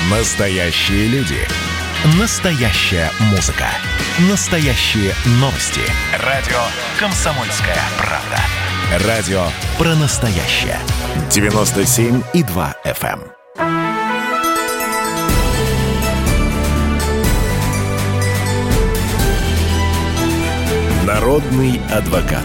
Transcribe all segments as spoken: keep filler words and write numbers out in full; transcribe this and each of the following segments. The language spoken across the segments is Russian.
Настоящие люди. Настоящая музыка. Настоящие новости. Радио «Комсомольская правда». Радио про настоящее. девяносто семь и два эф эм. Народный адвокат.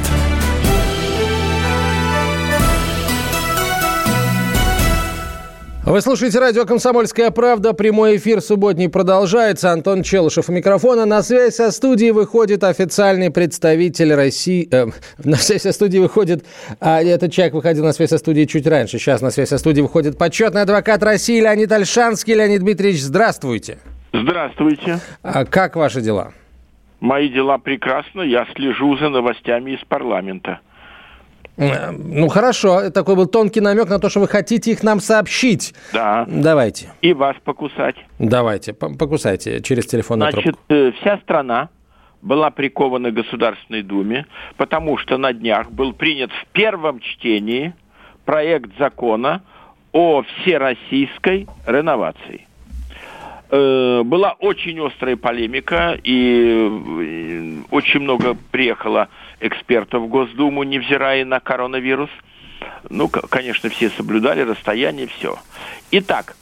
Вы слушаете радио «Комсомольская правда». Прямой эфир субботний продолжается. Антон Челышев у микрофона. На связь со студией выходит официальный представитель России. Э, на связь со студией выходит... А, этот человек выходил на связь со студией чуть раньше. Сейчас на связь со студией выходит почетный адвокат России Леонид Ольшанский. Леонид Дмитриевич, здравствуйте. Здравствуйте. А как ваши дела? Мои дела прекрасно. Я слежу за новостями из парламента. Ну, хорошо. Такой был тонкий намек на то, что вы хотите их нам сообщить. Да. Давайте. И вас покусать. Давайте, покусайте через телефонную Значит, трубку. Значит, вся страна была прикована к Государственной Думе, потому что на днях был принят в первом чтении проект закона о всероссийской реновации. Была очень острая полемика, и очень много приехало экспертов в Госдуму, невзирая на коронавирус. Ну, конечно, все соблюдали расстояние, все. Итак,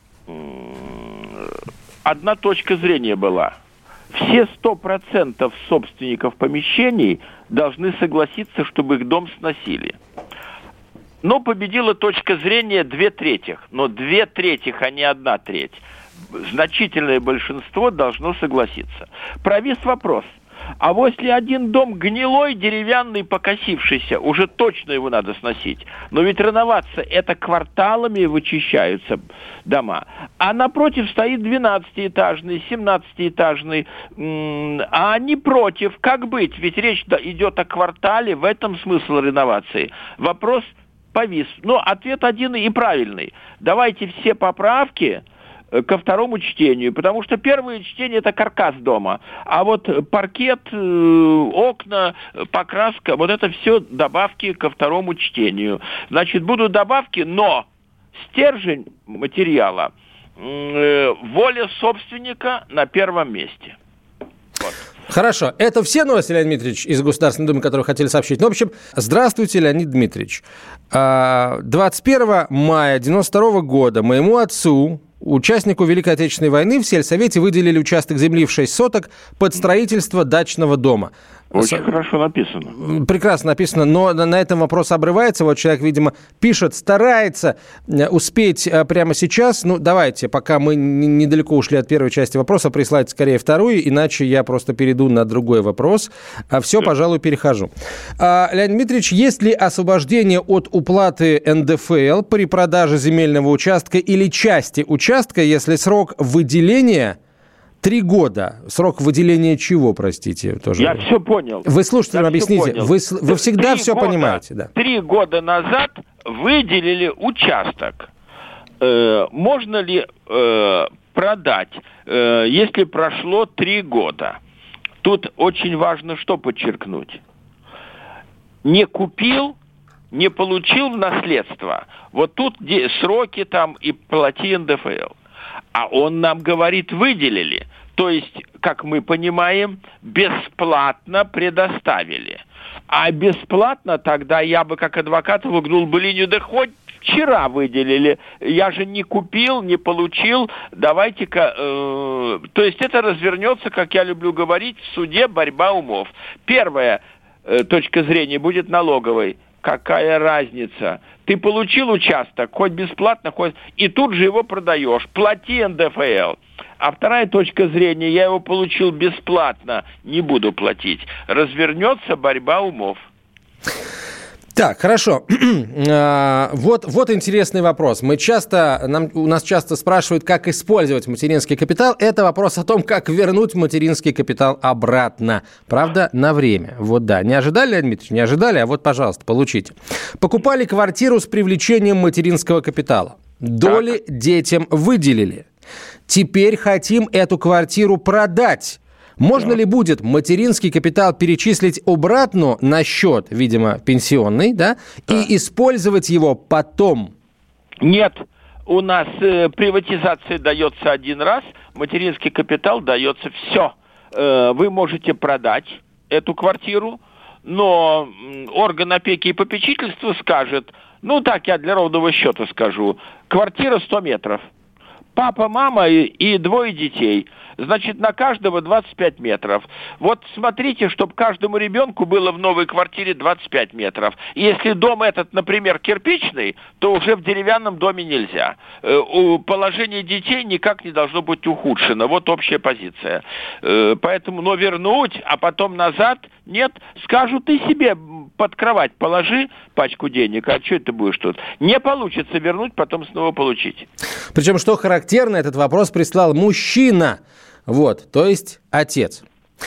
одна точка зрения была. Все сто процентов собственников помещений должны согласиться, чтобы их дом сносили. Но победила точка зрения две трети. Но две трети, а не одна треть. Значительное большинство должно согласиться. Провис вопрос. А вот если один дом гнилой, деревянный, покосившийся, уже точно его надо сносить. Но ведь реновация, это кварталами вычищаются дома. А напротив стоит двенадцатиэтажный, семнадцатиэтажный. А они против. Как быть? Ведь речь идет о квартале, в этом смысл реновации. Вопрос повис. Но ответ один и правильный. Давайте все поправки ко второму чтению, потому что первое чтение – это каркас дома, а вот паркет, окна, покраска, вот это все добавки ко второму чтению. Значит, будут добавки, но стержень материала, воля собственника на первом месте. Вот. Хорошо. Это все новости, Леонид Дмитриевич, из Государственной Думы, которые хотели сообщить. Ну, в общем, здравствуйте, Леонид Дмитриевич. двадцать первого мая девяносто второго года моему отцу, участнику Великой Отечественной войны, в сельсовете выделили участок земли в шесть соток под строительство дачного дома. Очень С... хорошо написано. Прекрасно написано, но на этом вопрос обрывается. Вот человек, видимо, пишет, старается успеть прямо сейчас. Ну, давайте, пока мы недалеко ушли от первой части вопроса, прислать скорее вторую, иначе я просто перейду на другой вопрос. А все, пожалуй, перехожу. А, Леонид Дмитриевич, есть ли освобождение от уплаты эн дэ эф эл при продаже земельного участка или части участка, если срок выделения... Три года. Срок выделения чего, простите? Тоже. Я все понял. Вы слушателям объясните. Вы, вы всегда три все года, понимаете. Да. Три года назад выделили участок. Э, можно ли э, продать, э, если прошло три года? Тут очень важно что подчеркнуть. Не купил, не получил в наследство. Вот тут сроки там и плати эн дэ эф эл. А он нам говорит, выделили. То есть, как мы понимаем, бесплатно предоставили. А бесплатно тогда я бы, как адвокат, выгнул бы линию, да хоть вчера выделили. Я же не купил, не получил. Давайте-ка... Э, то есть, это развернется, как я люблю говорить, в суде борьба умов. Первая э, точка зрения будет налоговой. Какая разница? Ты получил участок, хоть бесплатно, хоть... И тут же его продаешь. Плати эн дэ эф эл. А вторая точка зрения, я его получил бесплатно, не буду платить. Развернется борьба умов. Так, хорошо. Вот, вот интересный вопрос. Мы часто, нам, у нас часто спрашивают, как использовать материнский капитал. Это вопрос о том, как вернуть материнский капитал обратно. Правда, на время. Вот да. Не ожидали, Леонид Дмитриевич? Не ожидали? А вот, пожалуйста, получите. Покупали квартиру с привлечением материнского капитала. Доли так. детям выделили. Теперь хотим эту квартиру продать. Можно ли будет материнский капитал перечислить обратно на счет, видимо, пенсионный, да, да. и использовать его потом? Нет. у нас э, приватизация дается один раз, материнский капитал дается все. Э, вы можете продать эту квартиру, но орган опеки и попечительства скажет, ну так я для ровного счета скажу, квартира сто метров. Папа, мама и, и двое детей. Значит, на каждого двадцать пять метров. Вот смотрите, чтобы каждому ребенку было в новой квартире двадцать пять метров. И если дом этот, например, кирпичный, то уже в деревянном доме нельзя. Э, положение детей никак не должно быть ухудшено. Вот общая позиция. Э, поэтому, но вернуть, а потом назад, нет. Скажут, ты себе под кровать положи пачку денег, а что это будешь тут? Не получится вернуть, потом снова получить. Причем, что характерно, этот вопрос прислал мужчина. Вот, то есть отец.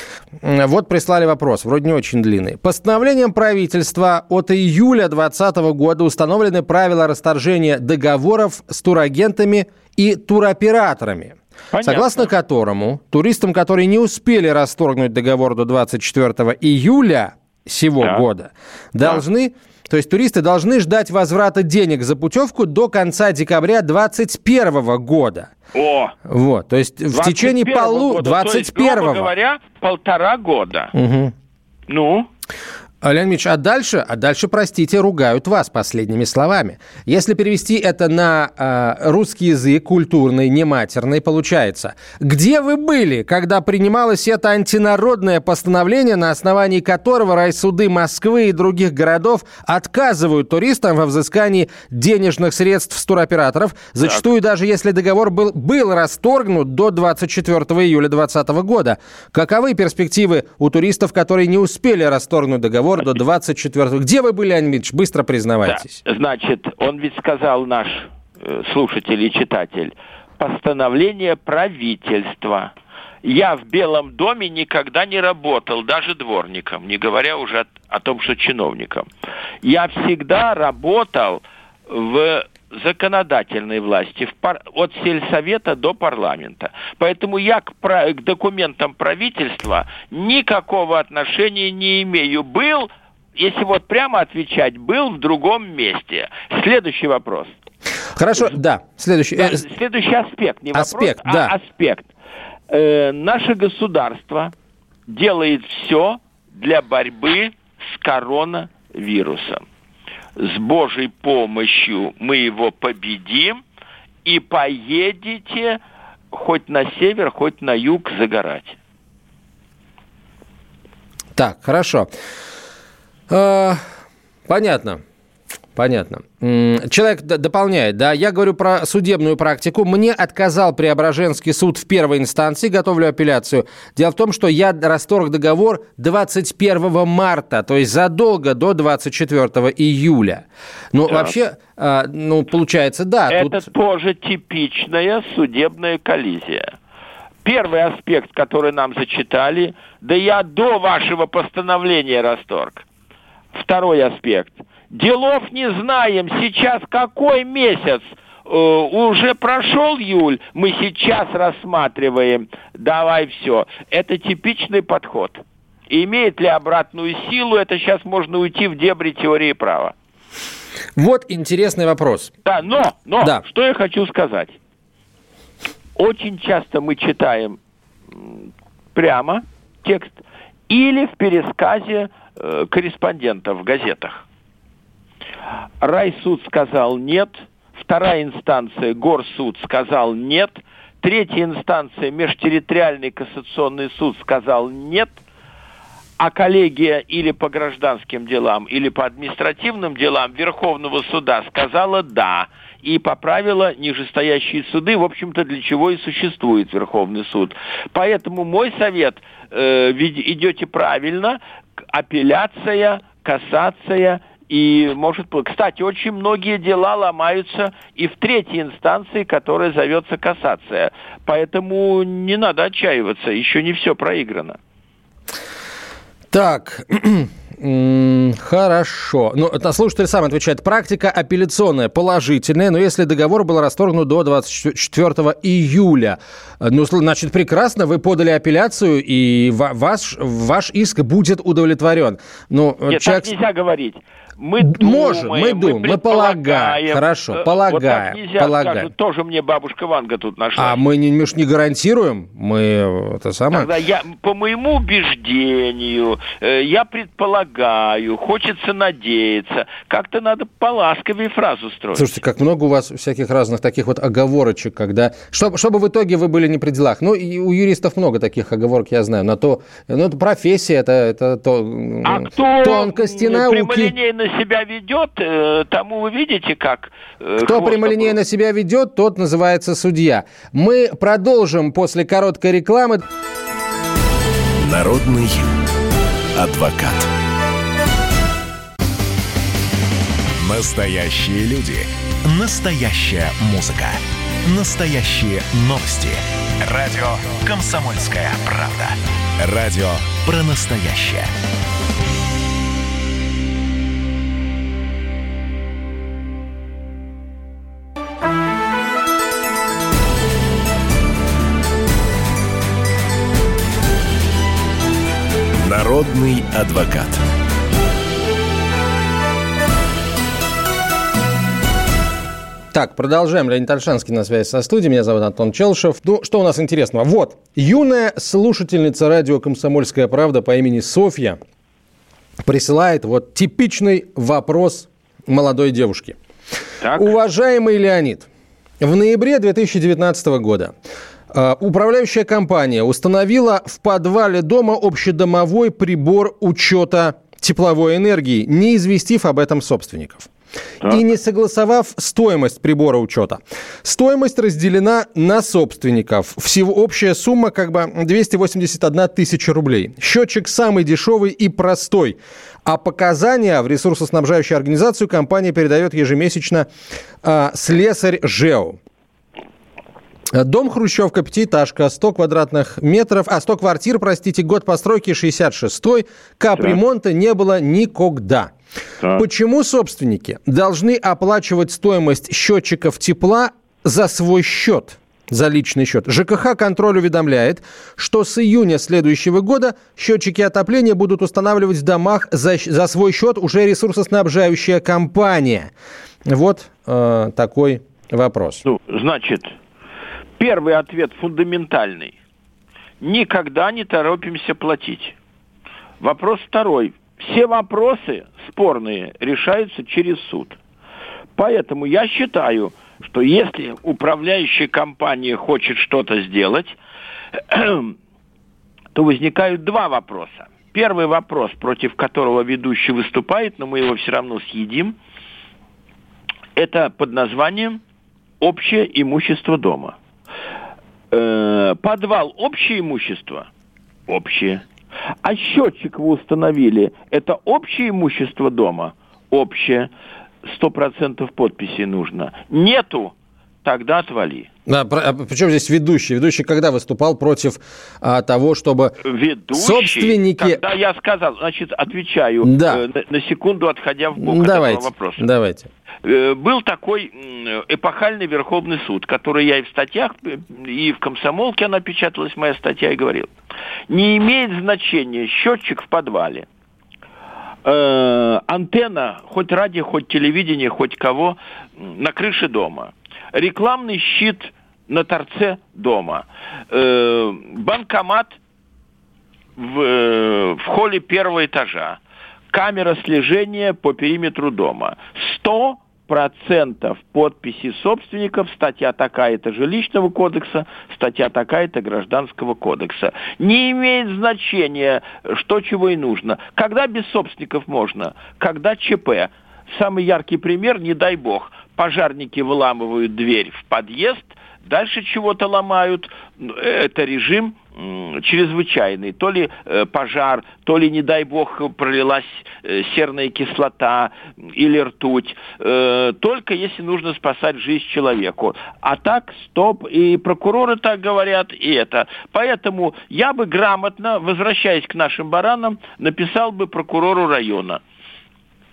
Вот прислали вопрос, вроде не очень длинный. Постановлением правительства от июля двадцатого года установлены правила расторжения договоров с турагентами и туроператорами. Понятно. Согласно которому туристам, которые не успели расторгнуть договор до двадцать четвёртого июля сего да. года, должны... Да. То есть туристы должны ждать возврата денег за путевку до конца декабря двадцать первого года. О! Вот, то есть в течение полу... двадцать первого. То есть, грубо говоря, полтора года. Угу. Ну? Леонид Ильич, а дальше, а дальше, простите, ругают вас последними словами. Если перевести это на э, русский язык, культурный, не матерный, получается. Где вы были, когда принималось это антинародное постановление, на основании которого райсуды Москвы и других городов отказывают туристам во взыскании денежных средств с туроператоров, зачастую так. даже если договор был, был расторгнут до двадцать четвёртого июля двадцатого года? Каковы перспективы у туристов, которые не успели расторгнуть договор до двадцать четвёртого. Где вы были, Леонид Ильич? Быстро признавайтесь. Да. Значит, он ведь сказал, наш э, слушатель и читатель, постановление правительства. Я в Белом доме никогда не работал, даже дворником, не говоря уже о, о том, что чиновником. Я всегда работал в законодательной власти, в пар... от сельсовета до парламента. Поэтому я к, про... к документам правительства никакого отношения не имею. Был, если вот прямо отвечать, был в другом месте. Следующий вопрос. Хорошо, да. Следующий, да, следующий аспект. Не аспект, вопрос, да. а аспект. Э, наше государство делает все для борьбы с коронавирусом. С Божьей помощью мы его победим, и поедете хоть на север, хоть на юг загорать. Так, хорошо. Э, понятно. Понятно. Человек дополняет, да, я говорю про судебную практику. Мне отказал Преображенский суд в первой инстанции, готовлю апелляцию. Дело в том, что я расторг договор двадцать первого марта, то есть задолго до двадцать четвёртого июля. Ну, да. вообще, ну, получается, да. Это тут... тоже типичная судебная коллизия. Первый аспект, который нам зачитали, да я до вашего постановления расторг. Второй аспект. Делов не знаем. Сейчас какой месяц? Э, уже прошел июль. Мы сейчас рассматриваем. Давай все. Это типичный подход. Имеет ли обратную силу? Это сейчас можно уйти в дебри теории права. Вот интересный вопрос. Да, но, но да. что я хочу сказать. Очень часто мы читаем прямо текст или в пересказе э, корреспондентов в газетах. Райсуд сказал нет, вторая инстанция, Горсуд, сказал нет, третья инстанция, Межтерриториальный кассационный суд, сказал нет, а коллегия или по гражданским делам, или по административным делам Верховного суда сказала да, и поправила нижестоящие суды, в общем-то, для чего и существует Верховный суд. Поэтому мой совет, э, идете правильно, апелляция, кассация. И, может быть, кстати, очень многие дела ломаются и в третьей инстанции, которая зовется кассация. Поэтому не надо отчаиваться, еще не все проиграно. Так, хорошо. Ну, слушатель сам отвечает. Практика апелляционная, положительная, но если договор был расторгнут до двадцать четвёртого июля, ну, значит, прекрасно, вы подали апелляцию, и ваш, ваш иск будет удовлетворен. Ну, Нет, человек... так нельзя говорить. Мы можем, думаем, мы думаем, мы, мы полагаем. Хорошо, полагаем. Вот так нельзя, полагаем. Скажут, тоже мне бабушка Ванга тут нашла. А мы не, мы ж не гарантируем, мы это самое. Тогда я, по моему убеждению, я предполагаю, хочется надеяться. Как-то надо поласковее фразу строить. Слушайте, как много у вас всяких разных таких вот оговорочек, когда... Чтобы, чтобы в итоге вы были не при делах. Ну, и у юристов много таких оговорок, я знаю. На то, ну, это профессия, это, это то, а кто тонкости науки. Прямолинейно себя ведет, тому вы видите, как... Кто прямолинейно себя ведет, тот называется судья. Мы продолжим после короткой рекламы. Народный адвокат. Настоящие люди. Настоящая музыка. Настоящие новости. Радио «Комсомольская правда». Радио про настоящее. Народный адвокат. Так, продолжаем. Леонид Ольшанский на связи со студией. Меня зовут Антон Челшев. Ну, что у нас интересного? Вот, юная слушательница радио «Комсомольская правда» по имени Софья присылает вот типичный вопрос молодой девушки. Так. Уважаемый Леонид, в ноябре две тысячи девятнадцатого года управляющая компания установила в подвале дома общедомовой прибор учета тепловой энергии, не известив об этом собственников. Так. И не согласовав стоимость прибора учета. Стоимость разделена на собственников. Всего общая сумма как бы двести восемьдесят одна тысяча рублей. Счетчик самый дешевый и простой. А показания в ресурсоснабжающую организацию компания передает ежемесячно э, слесарь ЖЭО. Дом «Хрущевка», пятиэтажка, сто квадратных метров, а сто квартир, простите, год постройки шестьдесят шестой, капремонта не было никогда. Так. Почему собственники должны оплачивать стоимость счетчиков тепла за свой счет, за личный счет? ЖКХ «Контроль» уведомляет, что с июня следующего года счетчики отопления будут устанавливать в домах за, за свой счет уже ресурсоснабжающая компания. Вот э, такой вопрос. Ну, значит... Первый ответ фундаментальный. Никогда не торопимся платить. Вопрос второй. Все вопросы спорные решаются через суд. Поэтому я считаю, что если управляющая компания хочет что-то сделать, то возникают два вопроса. Первый вопрос, против которого ведущий выступает, но мы его все равно съедим, это под названием «Общее имущество дома». Подвал – общее имущество? Общее. А счетчик вы установили – это общее имущество дома? Общее. Сто процентов подписей нужно. Нету? Тогда отвали. А, причем здесь ведущий? Ведущий когда выступал против а, того, чтобы ведущий, собственники... Когда я сказал, значит, отвечаю, да. э, на, на секунду отходя в бок давайте, от этого вопроса. Давайте. Э, был такой э, эпохальный Верховный суд, который я и в статьях, и в «Комсомолке» она печаталась, моя статья, и говорил. Не имеет значения счетчик в подвале. Э, антенна, хоть радио, хоть телевидение, хоть кого, на крыше дома. Рекламный щит на торце дома. Э, банкомат в, э, в холле первого этажа. Камера слежения по периметру дома. Сто процентов подписи собственников, статья такая-то жилищного кодекса, статья такая-то гражданского кодекса. Не имеет значения, что чего и нужно. Когда без собственников можно? Когда ЧП. Самый яркий пример, не дай бог, пожарники выламывают дверь в подъезд, дальше чего-то ломают. Это режим м, чрезвычайный. То ли э, пожар, то ли, не дай бог, пролилась э, серная кислота или ртуть. Э, только если нужно спасать жизнь человеку. А так, стоп. И прокуроры так говорят, и это. Поэтому я бы грамотно, возвращаясь к нашим баранам, написал бы прокурору района.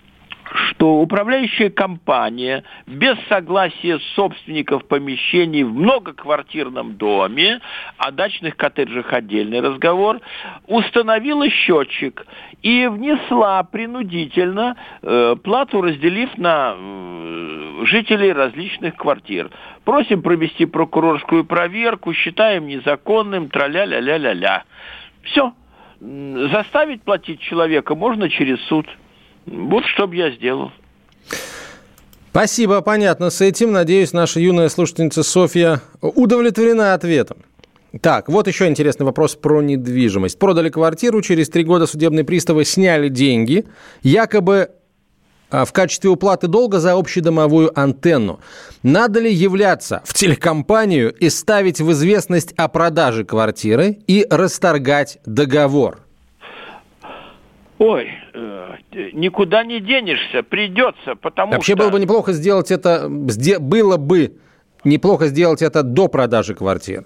что управляющая компания без согласия собственников помещений в многоквартирном доме, о дачных коттеджах отдельный разговор, установила счетчик и внесла принудительно э, плату, разделив на э, жителей различных квартир. Просим провести прокурорскую проверку, считаем незаконным, тра-ля-ля-ля-ля-ля. Все. Заставить платить человека можно через суд. Вот что бы я сделал. Спасибо, понятно с этим. Надеюсь, наша юная слушательница Софья удовлетворена ответом. Так, вот еще интересный вопрос про недвижимость. Продали квартиру, через три года судебные приставы сняли деньги, якобы в качестве уплаты долга за общедомовую антенну. Надо ли являться в телекомпанию и ставить в известность о продаже квартиры и расторгать договор? Ой, э, никуда не денешься, придется, потому Вообще что... было бы неплохо сделать это, было бы неплохо сделать это до продажи квартиры.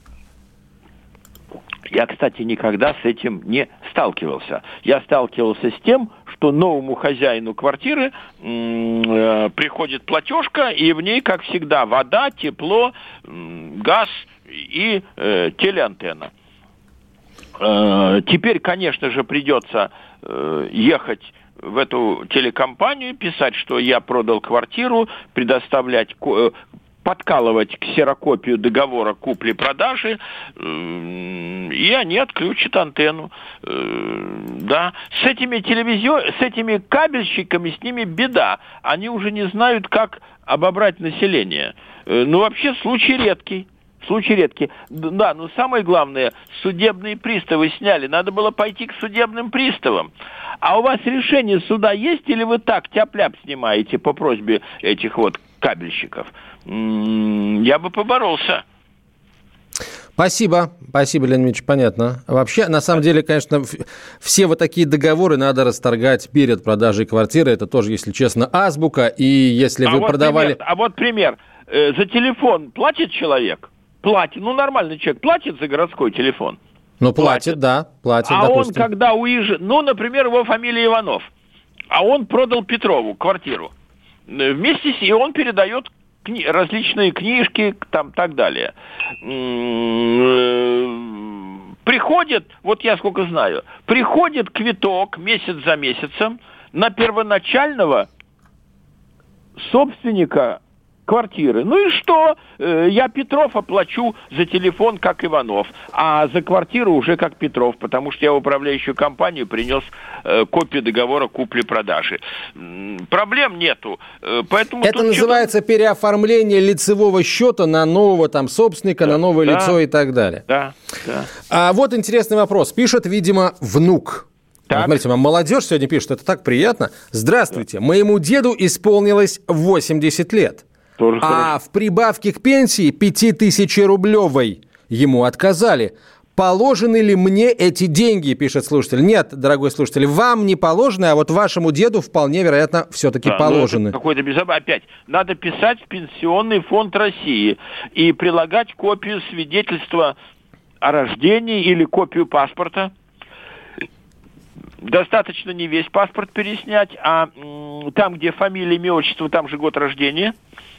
Я, кстати, никогда с этим не сталкивался. Я сталкивался с тем, что новому хозяину квартиры э, приходит платежка, и в ней, как всегда, вода, тепло, э, газ и э, телеантенна. Э, теперь, конечно же, придется э, ехать в эту телекомпанию, писать, что я продал квартиру, предоставлять... Э, подкалывать ксерокопию договора купли-продажи, и они отключат антенну. Да. С этими телевизион... с этими кабельщиками, с ними беда. Они уже не знают, как обобрать население. Ну, вообще, случай редкий. Случай редкий. Да, но самое главное, судебные приставы сняли. Надо было пойти к судебным приставам. А у вас решение суда есть, или вы так тяп-ляп снимаете по просьбе этих вот кабельщиков? Я бы поборолся. Спасибо. Спасибо, Леонид Ильич, понятно. Вообще, на самом деле, конечно, все вот такие договоры надо расторгать перед продажей квартиры. Это тоже, если честно, азбука. И если а вы вот продавали... Пример, а вот пример. Э, за телефон платит человек? Платит. Ну, нормальный человек платит за городской телефон? Ну, платит, платит. да, платит, а допустим. Он, когда уезжает... Ну, например, его фамилия Иванов. А он продал Петрову квартиру. Вместе с... И он передает кни... различные книжки, там, так далее. Приходит, вот я сколько знаю, приходит квиток месяц за месяцем на первоначального собственника квартиры. Ну и что? Я Петров оплачу за телефон, как Иванов, а за квартиру уже как Петров, потому что я в управляющую компанию принес копию договора купли-продажи. Проблем нету. Поэтому это называется что-то... переоформление лицевого счета на нового там собственника, да, на новое да, лицо и так далее. Да, да. А вот интересный вопрос. Пишет, видимо, внук. Вот, смотрите, молодежь сегодня пишет, это так приятно. Здравствуйте, да. Моему деду исполнилось восемьдесят лет. Тоже а хорошо. В прибавке к пенсии пятитысячерублевой ему отказали. Положены ли мне эти деньги, пишет слушатель. Нет, дорогой слушатель, вам не положены, а вот вашему деду вполне вероятно все-таки да, положены. Какой-то безобразие. Опять, надо писать в Пенсионный фонд России и прилагать копию свидетельства о рождении или копию паспорта. Достаточно не весь паспорт переснять, а м- там, где фамилия, имя, отчество, там же год рождения.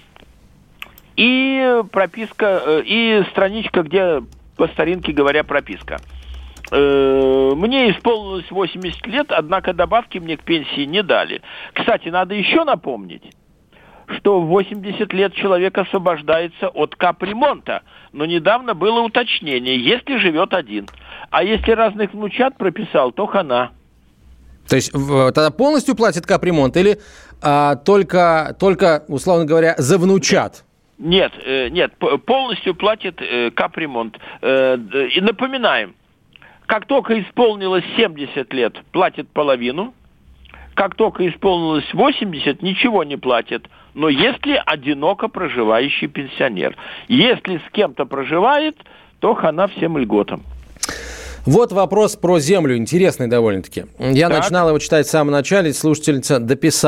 И прописка, и страничка, где, по старинке говоря, прописка. Мне исполнилось восемьдесят лет, однако добавки мне к пенсии не дали. Кстати, надо еще напомнить, что в восемьдесят лет человек освобождается от капремонта. Но недавно было уточнение, если живет один. А если разных внучат прописал, то хана. То есть тогда полностью платит капремонт или а, только, только, условно говоря, за внучат? Нет, нет, полностью платит капремонт. И напоминаем, как только исполнилось семьдесят лет, платит половину. Как только исполнилось восемьдесят, ничего не платит. Но если одиноко проживающий пенсионер. Если с кем-то проживает, то хана всем льготам. Вот вопрос про землю, интересный довольно-таки. Я так. начинал его читать в самом начале, слушательница дописала.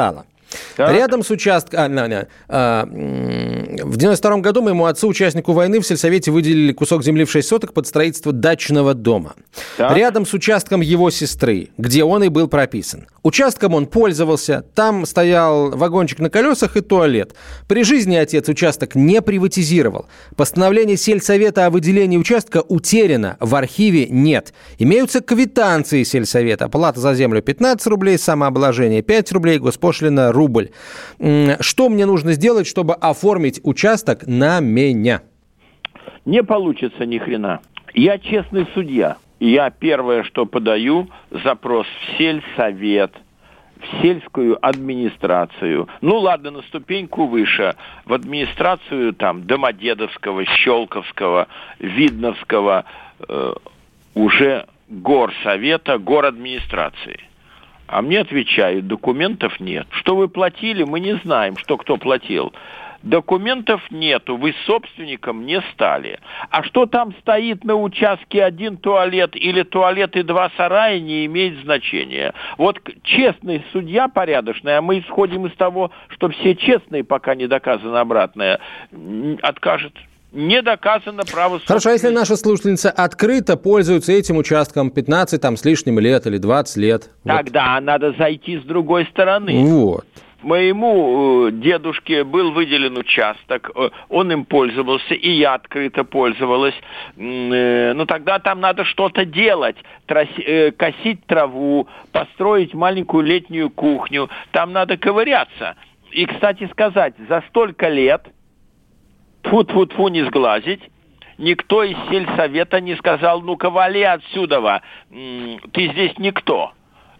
Так. Рядом с участком... А, на, на, а, в девяносто втором году моему отцу, участнику войны, в сельсовете выделили кусок земли в шесть соток под строительство дачного дома. Так. Рядом с участком его сестры, где он и был прописан. Участком он пользовался. Там стоял вагончик на колесах и туалет. При жизни отец участок не приватизировал. Постановление сельсовета о выделении участка утеряно. В архиве нет. Имеются квитанции сельсовета. Плата за землю пятнадцать рублей, самообложение пять рублей, госпошлина рубль. Что мне нужно сделать, чтобы оформить участок на меня? Не получится ни хрена. Я честный судья. Я первое, что подаю, запрос в сельсовет, в сельскую администрацию. Ну ладно, на ступеньку выше. В администрацию там Домодедовского, Щелковского, Видновского, э, уже горсовета, горадминистрации. А мне отвечают, документов нет. Что вы платили, мы не знаем, что кто платил. Документов нету, вы собственником не стали. А что там стоит на участке один туалет или туалет и два сарая, не имеет значения. Вот честный судья порядочный, а мы исходим из того, что все честные, пока не доказано обратное, откажет. Не доказано право собственности. Хорошо, а если наша слушательница открыто пользуется этим участком пятнадцать там, с лишним лет или двадцать лет? Тогда вот. Надо зайти с другой стороны. Вот. Моему э, дедушке был выделен участок, э, он им пользовался, и я открыто пользовалась. Э, но тогда там надо что-то делать, траси, э, косить траву, построить маленькую летнюю кухню. Там надо ковыряться. И, кстати сказать, за столько лет, тьфу-тьфу-тьфу, не сглазить, никто из сельсовета не сказал, ну-ка, вали отсюда, ты здесь никто.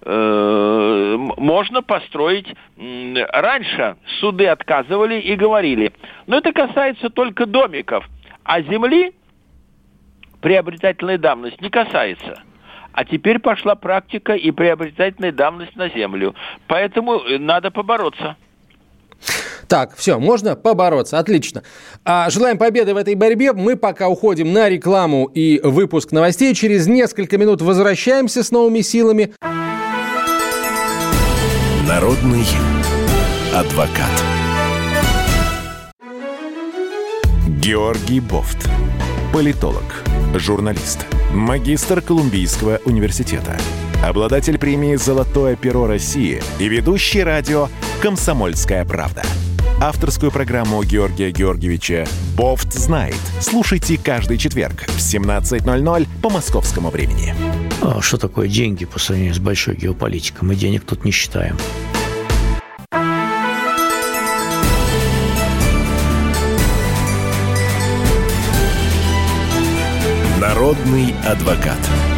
Можно построить. Раньше суды отказывали и говорили, но это касается только домиков, а земли приобретательная давность не касается. А теперь пошла практика и приобретательная давность на землю. Поэтому надо побороться. Так, все, можно побороться. Отлично. А, желаем победы в этой борьбе. Мы пока уходим на рекламу и выпуск новостей. Через несколько минут возвращаемся с новыми силами. Народный адвокат. Георгий Бофт. Политолог, журналист, магистр Колумбийского университета, обладатель премии «Золотое перо России» и ведущий радио «Комсомольская правда». Авторскую программу Георгия Георгиевича «Бофт знает». Слушайте каждый четверг в семнадцать ноль ноль по московскому времени. А что такое деньги по сравнению с большой геополитикой? Мы денег тут не считаем. Народный адвокат.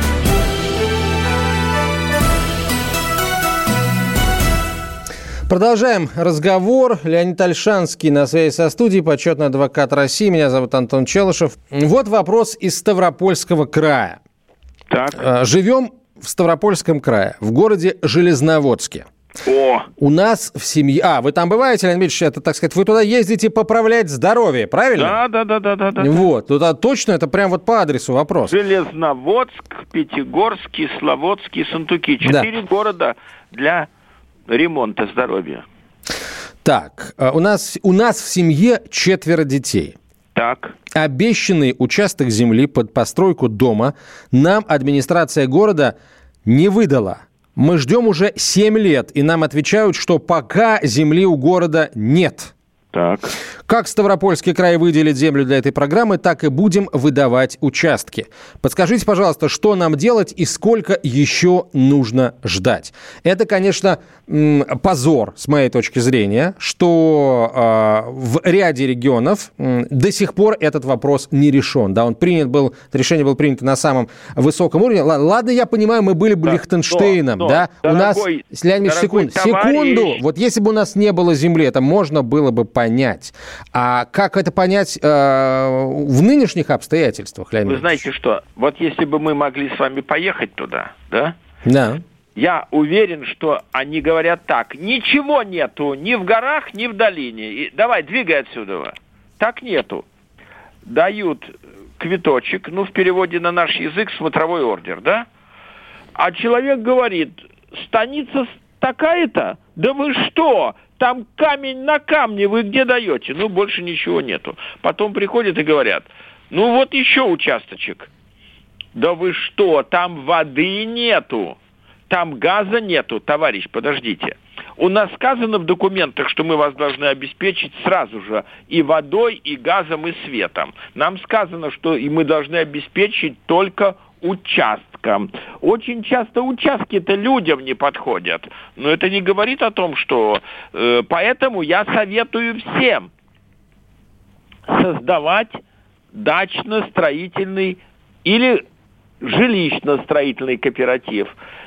Продолжаем разговор. Леонид Ольшанский на связи со студией, почетный адвокат России. Меня зовут Антон Челышев. Вот вопрос из Ставропольского края. Так. Живем в Ставропольском крае, в городе Железноводске. О! У нас в семье... А, вы там бываете, Леонид Ильич, это, так сказать, вы туда ездите поправлять здоровье, правильно? Да, да, да, да, да. Вот, туда точно, это прям вот по адресу вопрос. Железноводск, Пятигорск, Кисловодск, Сунтуки. Четыре да. города для ремонта здоровья. Так, у нас, у нас в семье четверо детей. Так. Обещанный участок земли под постройку дома нам администрация города не выдала. Мы ждем уже семь лет, и нам отвечают, что пока земли у города нет. Так. Как Ставропольский край выделит землю для этой программы, так и будем выдавать участки. Подскажите, пожалуйста, что нам делать и сколько еще нужно ждать? Это, конечно, позор, с моей точки зрения, что э, в ряде регионов э, до сих пор этот вопрос не решен. Да, он принят был, решение было принято на самом высоком уровне. Ладно, я понимаю, мы были бы да, Лихтенштейном, но, но, да? Дорогой, у нас, Леонид, секунду, секунду, вот если бы у нас не было земли, это можно было бы понять. А как это понять э, в нынешних обстоятельствах, Леонид? Вы знаете что, вот если бы мы могли с вами поехать туда, да? Да. Я уверен, что они говорят так, ничего нету ни в горах, ни в долине. И давай, двигай отсюда. Так нету. Дают квиточек, ну, в переводе на наш язык, смотровой ордер, да? А человек говорит, станица такая-то, Да вы что? Там камень на камне, вы где даете? Ну, больше ничего нету. Потом приходят и говорят, ну вот еще участочек. Да вы что? Там воды нету. Там газа нету. Товарищ, подождите. У нас сказано в документах, что мы вас должны обеспечить сразу же и водой, и газом, и светом. Нам сказано, что и мы должны обеспечить только участкам. Очень часто участки-то людям не подходят. Но это не говорит о том, что... Э, поэтому я советую всем создавать дачно-строительный или жилищно-строительный кооператив.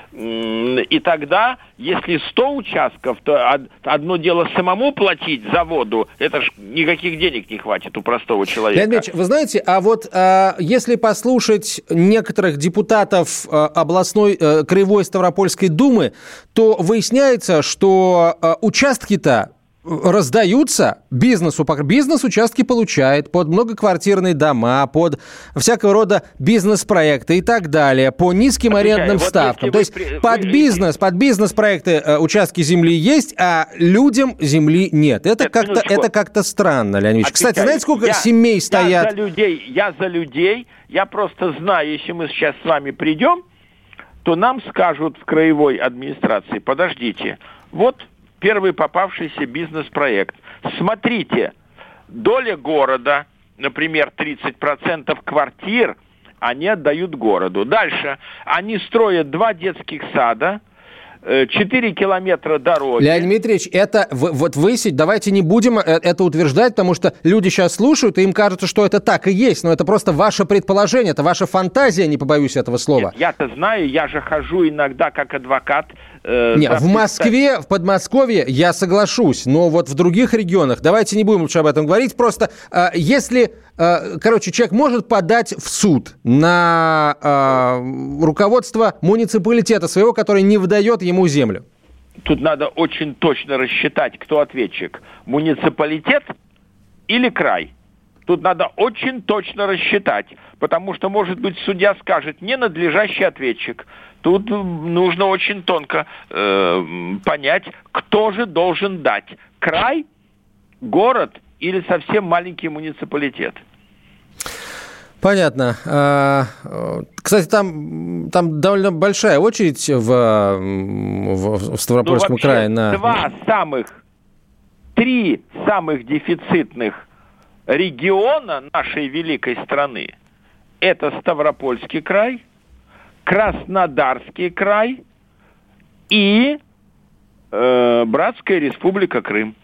И тогда, если сто участков, то одно дело самому платить за воду, это ж никаких денег не хватит у простого человека. Леонид Ильич, вы знаете, а вот а, если послушать некоторых депутатов а, областной а, краевой Ставропольской думы, то выясняется, что а, участки-то раздаются бизнесу, бизнес участки получает под многоквартирные дома, под всякого рода бизнес-проекты и так далее, по низким Отвечаю, арендным вот ставкам. То есть при... под бизнес, под бизнес-проекты э, участки земли есть, а людям земли нет. Это, как-то, это как-то странно, Леонид Ильич. Кстати, знаете, сколько я, семей стоят? Я за людей, я за людей, я просто знаю, если мы сейчас с вами придем, то нам скажут в краевой администрации, подождите, вот первый попавшийся бизнес-проект. Смотрите, доля города, например, тридцать процентов квартир, они отдают городу. Дальше они строят два детских сада, четыре километра дороги. Леонид Дмитриевич, это вот высить, давайте не будем это утверждать, потому что люди сейчас слушают, и им кажется, что это так и есть, но это просто ваше предположение, это ваша фантазия, не побоюсь этого слова. Нет, я-то знаю, я же хожу иногда как адвокат. Э, Нет, в Москве, в Подмосковье я соглашусь, но вот в других регионах, давайте не будем лучше об этом говорить, просто э, если, э, короче, человек может подать в суд на э, руководство муниципалитета своего, который не выдает ему землю. Тут надо очень точно рассчитать, кто ответчик. Муниципалитет или край? Тут надо очень точно рассчитать, потому что, может быть, судья скажет, ненадлежащий ответчик. Тут нужно очень тонко э, понять, кто же должен дать. Край, город или совсем маленький муниципалитет. Понятно. Кстати, там, там довольно большая очередь в, в, в Ставропольском ну, крае. На... Два самых, три самых дефицитных региона нашей великой страны – это Ставропольский край, Краснодарский край и э, Братская Республика Крым.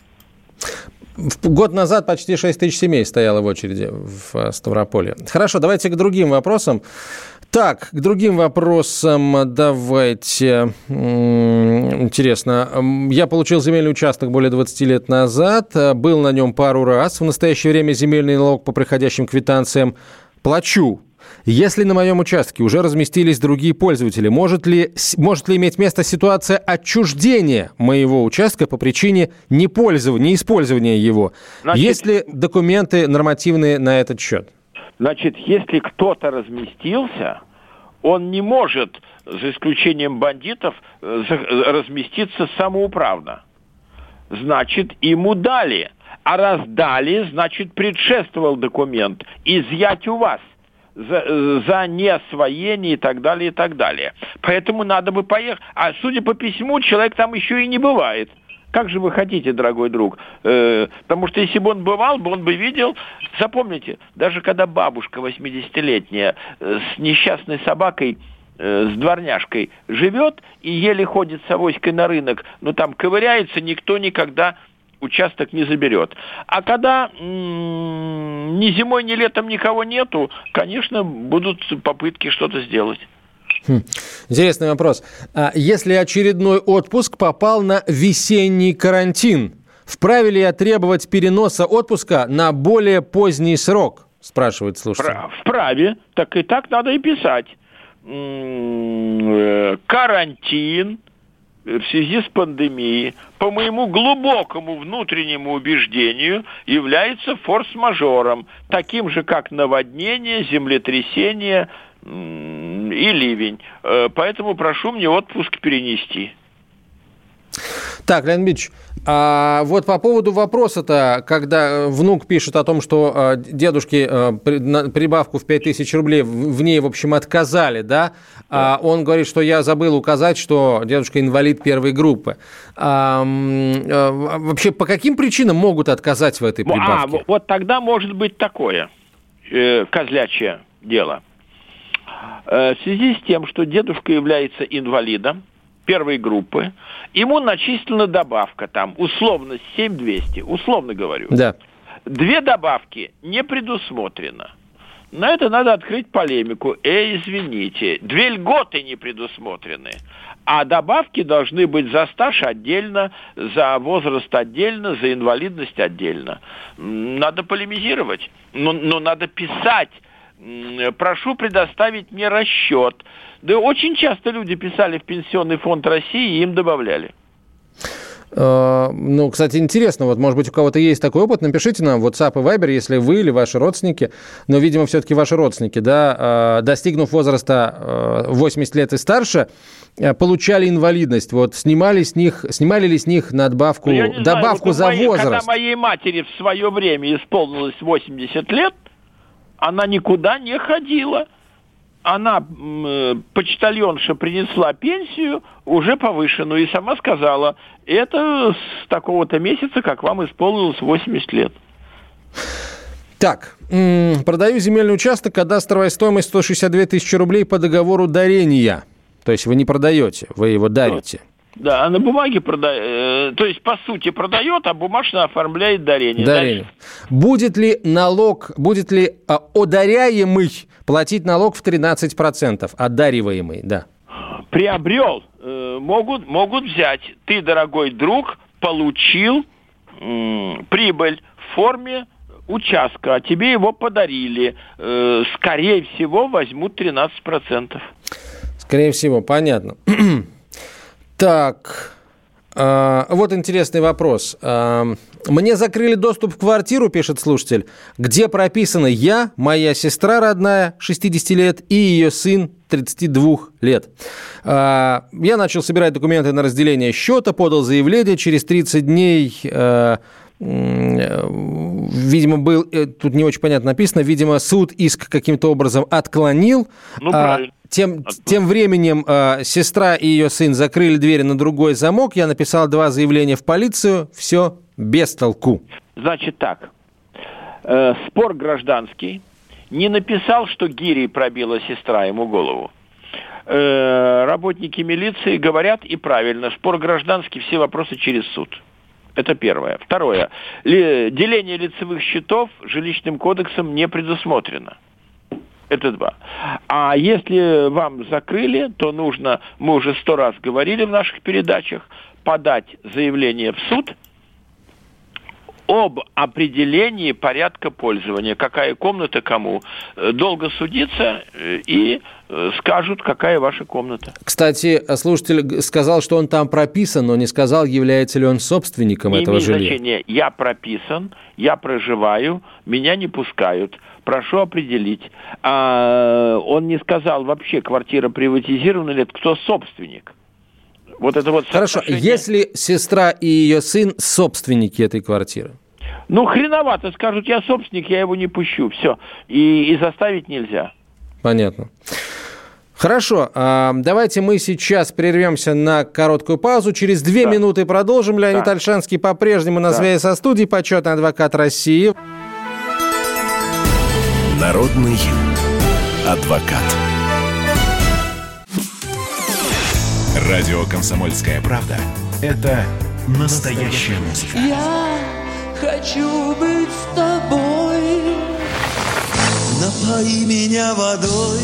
Год назад почти шесть тысяч семей стояло в очереди в Ставрополе. Хорошо, давайте к другим вопросам. Так, к другим вопросам давайте. Интересно. Я получил земельный участок более двадцать лет назад. Был на нем пару раз. В настоящее время земельный налог по приходящим квитанциям плачу. Если на моем участке уже разместились другие пользователи, может ли, может ли иметь место ситуация отчуждения моего участка по причине непользования, неиспользования его? Значит, есть ли документы нормативные на этот счет? Значит, если кто-то разместился, он не может, за исключением бандитов, разместиться самоуправно. Значит, ему дали. А раз дали, значит, предшествовал документ изъять у вас. За, за неосвоение и так далее, и так далее. Поэтому надо бы поехать. А судя по письму, человек там еще и не бывает. Как же вы хотите, дорогой друг? Э, потому что если бы он бывал, бы он бы видел... Запомните, даже когда бабушка восьмидесятилетняя э, с несчастной собакой, э, с дворняжкой живет и еле ходит с авоськой на рынок, но там ковыряется, никто никогда... участок не заберет. А когда м- ни зимой, ни летом никого нету, конечно, будут попытки что-то сделать. Хм. Интересный вопрос. А если очередной отпуск попал на весенний карантин, вправе ли я требовать переноса отпуска на более поздний срок? Спрашивает слушатель. Вправе. Так и так надо и писать. М-м- карантин в связи с пандемией, по моему глубокому внутреннему убеждению, является форс-мажором, таким же, как наводнение, землетрясение и ливень. Поэтому прошу мне отпуск перенести. Так, Леонид Ильич, а вот по поводу вопроса-то, когда внук пишет о том, что дедушке прибавку в пять тысяч рублей в ней, в общем, отказали, да, да. Он говорит, что я забыл указать, что дедушка инвалид первой группы. А, вообще, по каким причинам могут отказать в этой прибавке? А, вот тогда может быть такое э, козлячье дело. Э, в связи с тем, что дедушка является инвалидом первой группы, ему начислена добавка, там, условно, семь тысяч двести, условно говорю. Да. Две добавки не предусмотрено. На это надо открыть полемику. Эй, извините, две льготы не предусмотрены, а добавки должны быть за стаж отдельно, за возраст отдельно, за инвалидность отдельно. Надо полемизировать, но, но надо писать. Прошу предоставить мне расчет. Да очень часто люди писали в Пенсионный фонд России и им добавляли. Ну, кстати, интересно, вот, может быть, у кого-то есть такой опыт, напишите нам в WhatsApp и Viber, если вы или ваши родственники, но, видимо, все-таки ваши родственники, да, достигнув возраста восемьдесят лет и старше, получали инвалидность, вот, снимали с них, снимали ли с них надбавку, ну, добавку знаю, вот за моей, возраст? Когда моей матери в свое время исполнилось восемьдесят лет, она никуда не ходила. Она, э, почтальонша, принесла пенсию, уже повышенную, и сама сказала, это с такого-то месяца, как вам исполнилось восемьдесят лет. Так, м- продаю земельный участок, кадастровая стоимость сто шестьдесят две тысячи рублей по договору дарения. То есть вы не продаете, вы его дарите. Да, а на бумаге продает, то есть, по сути, продает, а бумажно оформляет дарение. Дарение. Дальше. Будет ли налог, будет ли а, одаряемый платить налог в тринадцать процентов, одариваемый, да? Приобрел, э, могут, могут взять. Ты, дорогой друг, получил э, прибыль в форме участка, а тебе его подарили. Э, скорее всего, возьмут тринадцать процентов. Скорее всего, понятно. Так, э, вот интересный вопрос. Э, мне закрыли доступ в квартиру, пишет слушатель, где прописаны я, моя сестра родная, шестьдесят лет, и ее сын, тридцать два лет. Э, я начал собирать документы на разделение счета, подал заявление, через тридцать дней... Э, видимо, был, тут не очень понятно написано, видимо, суд иск каким-то образом отклонил. Ну, правильно. Тем, тем временем э, сестра и ее сын закрыли двери на другой замок. Я написал два заявления в полицию. Все без толку. Значит так. Э, спор гражданский. Не написал, что гирей пробила сестра ему голову. Э, работники милиции говорят, и правильно, спор гражданский, все вопросы через суд. Это первое. Второе. Деление лицевых счетов жилищным кодексом не предусмотрено. Это два. А если вам закрыли, то нужно, мы уже сто раз говорили в наших передачах, подать заявление в суд об определении порядка пользования, какая комната кому. Долго судиться и скажут, какая ваша комната. Кстати, слушатель сказал, что он там прописан, но не сказал, является ли он собственником не этого жилья. Не имеет значения. Я прописан, я проживаю, меня не пускают. Прошу определить. А он не сказал вообще, квартира приватизирована или кто собственник. Вот это вот Хорошо, если сестра и ее сын собственники этой квартиры? Ну, хреновато. Скажут, я собственник, я его не пущу. Все. И, и заставить нельзя. Понятно. Хорошо, давайте мы сейчас прервемся на короткую паузу. Через две да. минуты продолжим. Леонид да. Ольшанский по-прежнему на да. связи со студией, почетный адвокат России. Народный адвокат. Радио «Комсомольская правда» — это настоящая музыка. Я хочу быть с тобой. Напои меня водой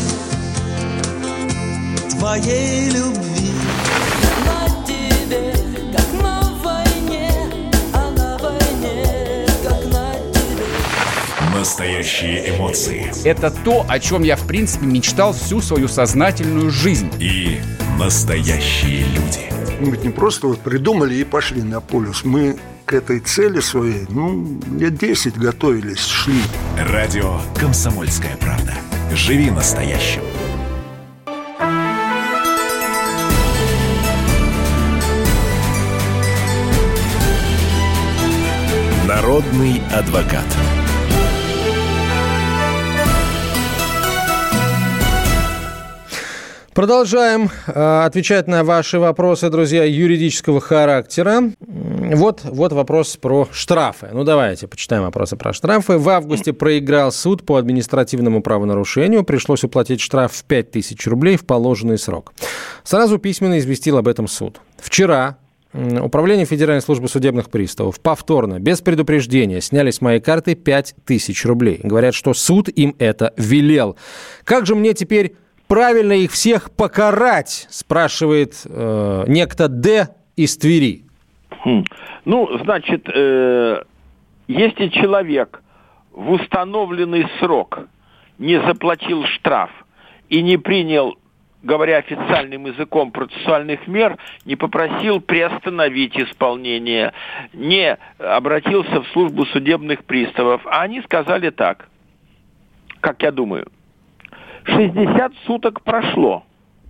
твоей любви. На тебе, как на войне, а на войне, как на тебе. Настоящие эмоции. Это то, о чем я, в принципе, мечтал всю свою сознательную жизнь. И настоящие люди. Мы ведь не просто вот придумали и пошли на полюс. Мы к этой цели своей, ну, лет десять готовились, шли. Радио «Комсомольская правда». Живи настоящим. Народный адвокат. Продолжаем э, отвечать на ваши вопросы, друзья, юридического характера. Вот, вот вопрос про штрафы. Ну, давайте почитаем вопросы про штрафы. В августе проиграл суд по административному правонарушению. Пришлось уплатить штраф в пять тысяч рублей в положенный срок. Сразу письменно известил об этом суд. Вчера Управление Федеральной службы судебных приставов повторно, без предупреждения, сняли с моей карты пять тысяч рублей. Говорят, что суд им это велел. Как же мне теперь правильно их всех покарать, спрашивает э, некто Д из Твери. Хм. Ну, значит, э, если человек в установленный срок не заплатил штраф и не принял, говоря официальным языком, процессуальных мер, не попросил приостановить исполнение, не обратился в службу судебных приставов, а они сказали так, как я думаю. шестьдесят суток прошло.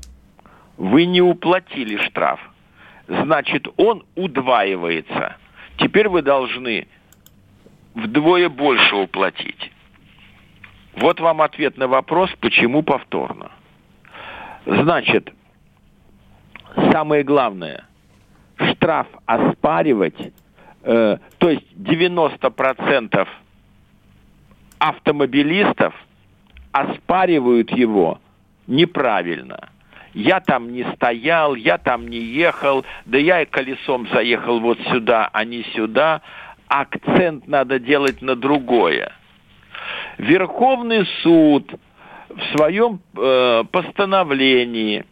Вы не уплатили штраф. Значит, он удваивается. Теперь вы должны вдвое больше уплатить. Вот вам ответ на вопрос, почему повторно. Значит, самое главное, штраф оспаривать, э, то есть девяносто процентов автомобилистов оспаривают его неправильно. Я там не стоял, я там не ехал, да я и колесом заехал вот сюда, а не сюда. Акцент надо делать на другое. Верховный суд в своем э, постановлении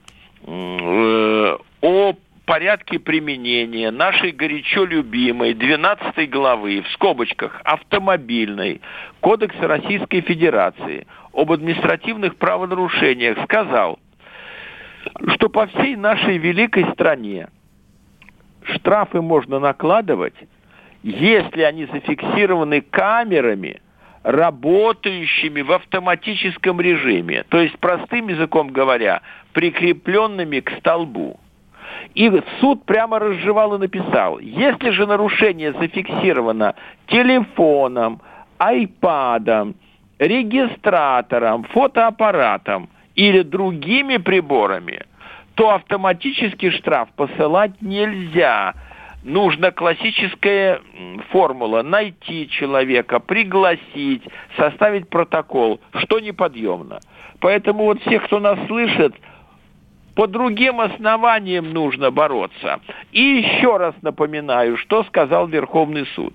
э, о порядке применения нашей горячо любимой двенадцатой главы, в скобочках, автомобильной, Кодекса Российской Федерации об административных правонарушениях сказал, что по всей нашей великой стране штрафы можно накладывать, если они зафиксированы камерами, работающими в автоматическом режиме, то есть, простым языком говоря, прикрепленными к столбу. И суд прямо разжевал и написал, если же нарушение зафиксировано телефоном, айпадом, регистратором, фотоаппаратом или другими приборами, то автоматически штраф посылать нельзя. Нужна классическая формула: найти человека, пригласить, составить протокол, что неподъемно. Поэтому вот всех, кто нас слышит, по другим основаниям нужно бороться. И еще раз напоминаю, что сказал Верховный суд.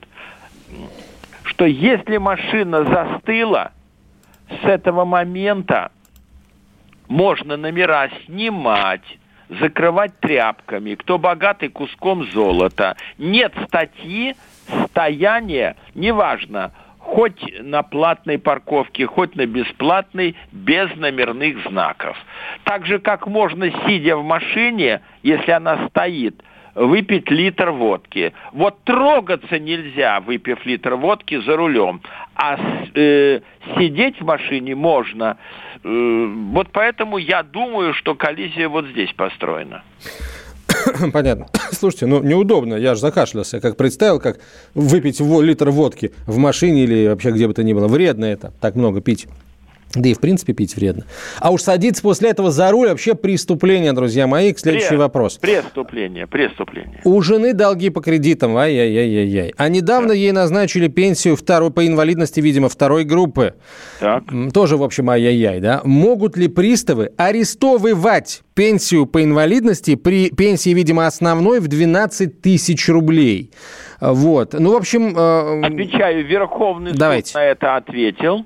Что если машина застыла, с этого момента можно номера снимать, закрывать тряпками, кто богатый, куском золота. Нет статьи, стояние, неважно, хоть на платной парковке, хоть на бесплатной, без номерных знаков. Так же, как можно, сидя в машине, если она стоит, выпить литр водки. Вот трогаться нельзя, выпив литр водки за рулем, а э, сидеть в машине можно. Э, вот поэтому я думаю, что коллизия вот здесь построена. Понятно. Слушайте, ну неудобно, я же закашлялся, как представил, как выпить литр водки в машине или вообще где бы то ни было. Вредно это, так много пить. Да и, в принципе, пить вредно. А уж садиться после этого за руль вообще преступление, друзья мои. Следующий Пре- вопрос. Преступление, преступление. У жены долги по кредитам. Ай-яй-яй-яй-яй. А недавно да. ей назначили пенсию второй, по инвалидности, видимо, второй группы. Так. Тоже, в общем, ай-яй-яй, да? Могут ли приставы арестовывать пенсию по инвалидности при пенсии, видимо, основной в двенадцать тысяч рублей? Вот. Ну, в общем... Э- Отвечаю, Верховный Давайте. суд на это ответил.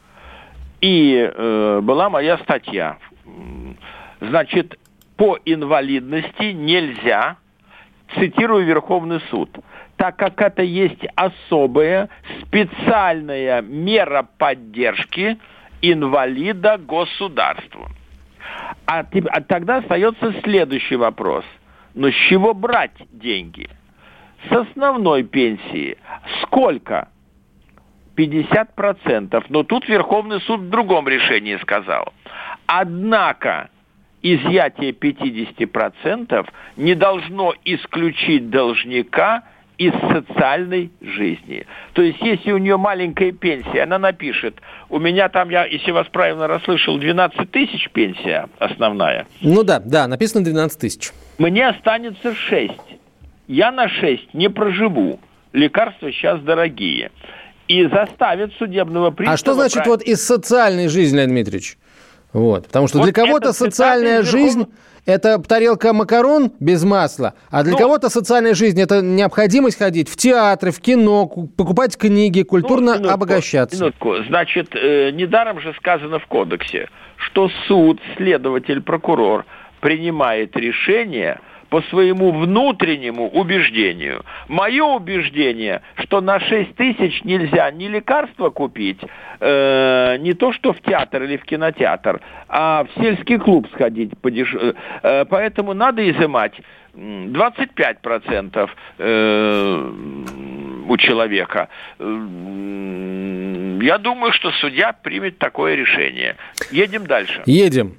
И э, была моя статья. Значит, по инвалидности нельзя, цитирую Верховный суд, так как это есть особая специальная мера поддержки инвалида государству. А, а тогда остается следующий вопрос. Но с чего брать деньги? С основной пенсии. Сколько? пятьдесят процентов. Но тут Верховный суд в другом решении сказал. Однако изъятие пятьдесят процентов не должно исключить должника из социальной жизни. То есть, если у нее маленькая пенсия, она напишет, у меня там, я, если вас правильно расслышал, двенадцать тысяч пенсия основная. Ну да, да, написано двенадцать тысяч. Мне останется шесть. Я на шесть не проживу. Лекарства сейчас дорогие. И заставит судебного пристава... А что значит брать... вот из социальной жизни, Леонид Дмитриевич? Вот. Потому что вот для кого-то социальная жизнь... Верхов... Это тарелка макарон без масла, а для ну, кого-то социальная жизнь – это необходимость ходить в театры, в кино, покупать книги, культурно ну, минутку, обогащаться. Минутку. Значит, э, недаром же сказано в кодексе, что суд, следователь, прокурор принимает решение по своему внутреннему убеждению. Мое убеждение, что на шесть тысяч нельзя ни лекарства купить, э, не то что в театр или в кинотеатр, а в сельский клуб сходить. Подеш... Э, поэтому надо изымать двадцать пять процентов э, у человека. Я думаю, что судья примет такое решение. Едем дальше. Едем.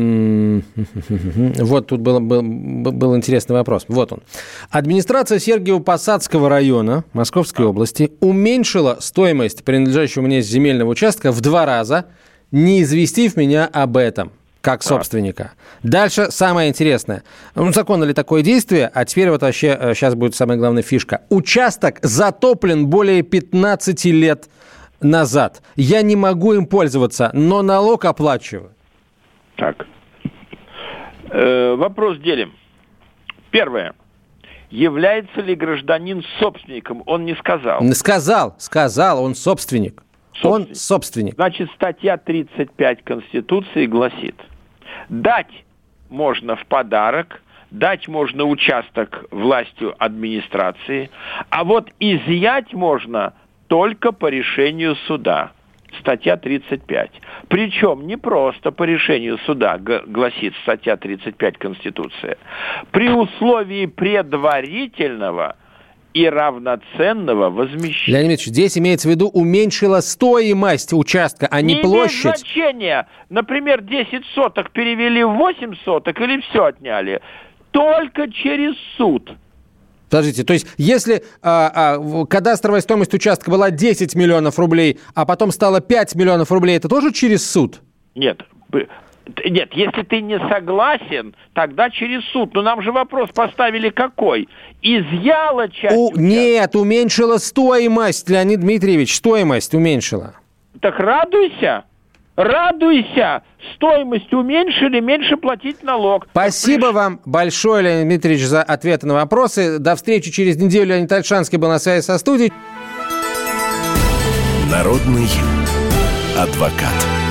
Вот тут был, был, был интересный вопрос. Вот он. Администрация Сергиево-Посадского района Московской области уменьшила стоимость принадлежащего мне земельного участка в два раза, не известив меня об этом, как собственника. Дальше самое интересное. Ну, законно ли такое действие? А теперь вот вообще сейчас будет самая главная фишка. Участок затоплен более пятнадцать лет назад. Я не могу им пользоваться, но налог оплачиваю. Так. Э, вопрос делим. Первое. Является ли гражданин собственником? Он не сказал. Сказал, сказал, он собственник. собственник. Он собственник. Значит, статья тридцать пять Конституции гласит, дать можно в подарок, дать можно участок властью администрации, а вот изъять можно только по решению суда. Статья тридцать пять. Причем не просто по решению суда, г- гласит статья тридцать пять Конституции. При условии предварительного и равноценного возмещения. Леонид Ильич, здесь имеется в виду уменьшила стоимость участка, а не, не площадь. Не имеет значения. Например, десять соток перевели в восемь соток или все отняли. Только через суд. Подождите, то есть если а, а, кадастровая стоимость участка была десять миллионов рублей, а потом стало пять миллионов рублей, это тоже через суд? Нет. Нет, если ты не согласен, тогда через суд. Но нам же вопрос поставили какой? Изъяла часть У, участка? Нет, уменьшила стоимость, Леонид Дмитриевич, стоимость уменьшила. Так радуйся. Радуйся! Стоимость уменьшили, меньше платить налог. Спасибо Приш... вам большое, Леонид Дмитриевич, за ответы на вопросы. До встречи через неделю. Леонид Ольшанский был на связи со студией. Народный адвокат.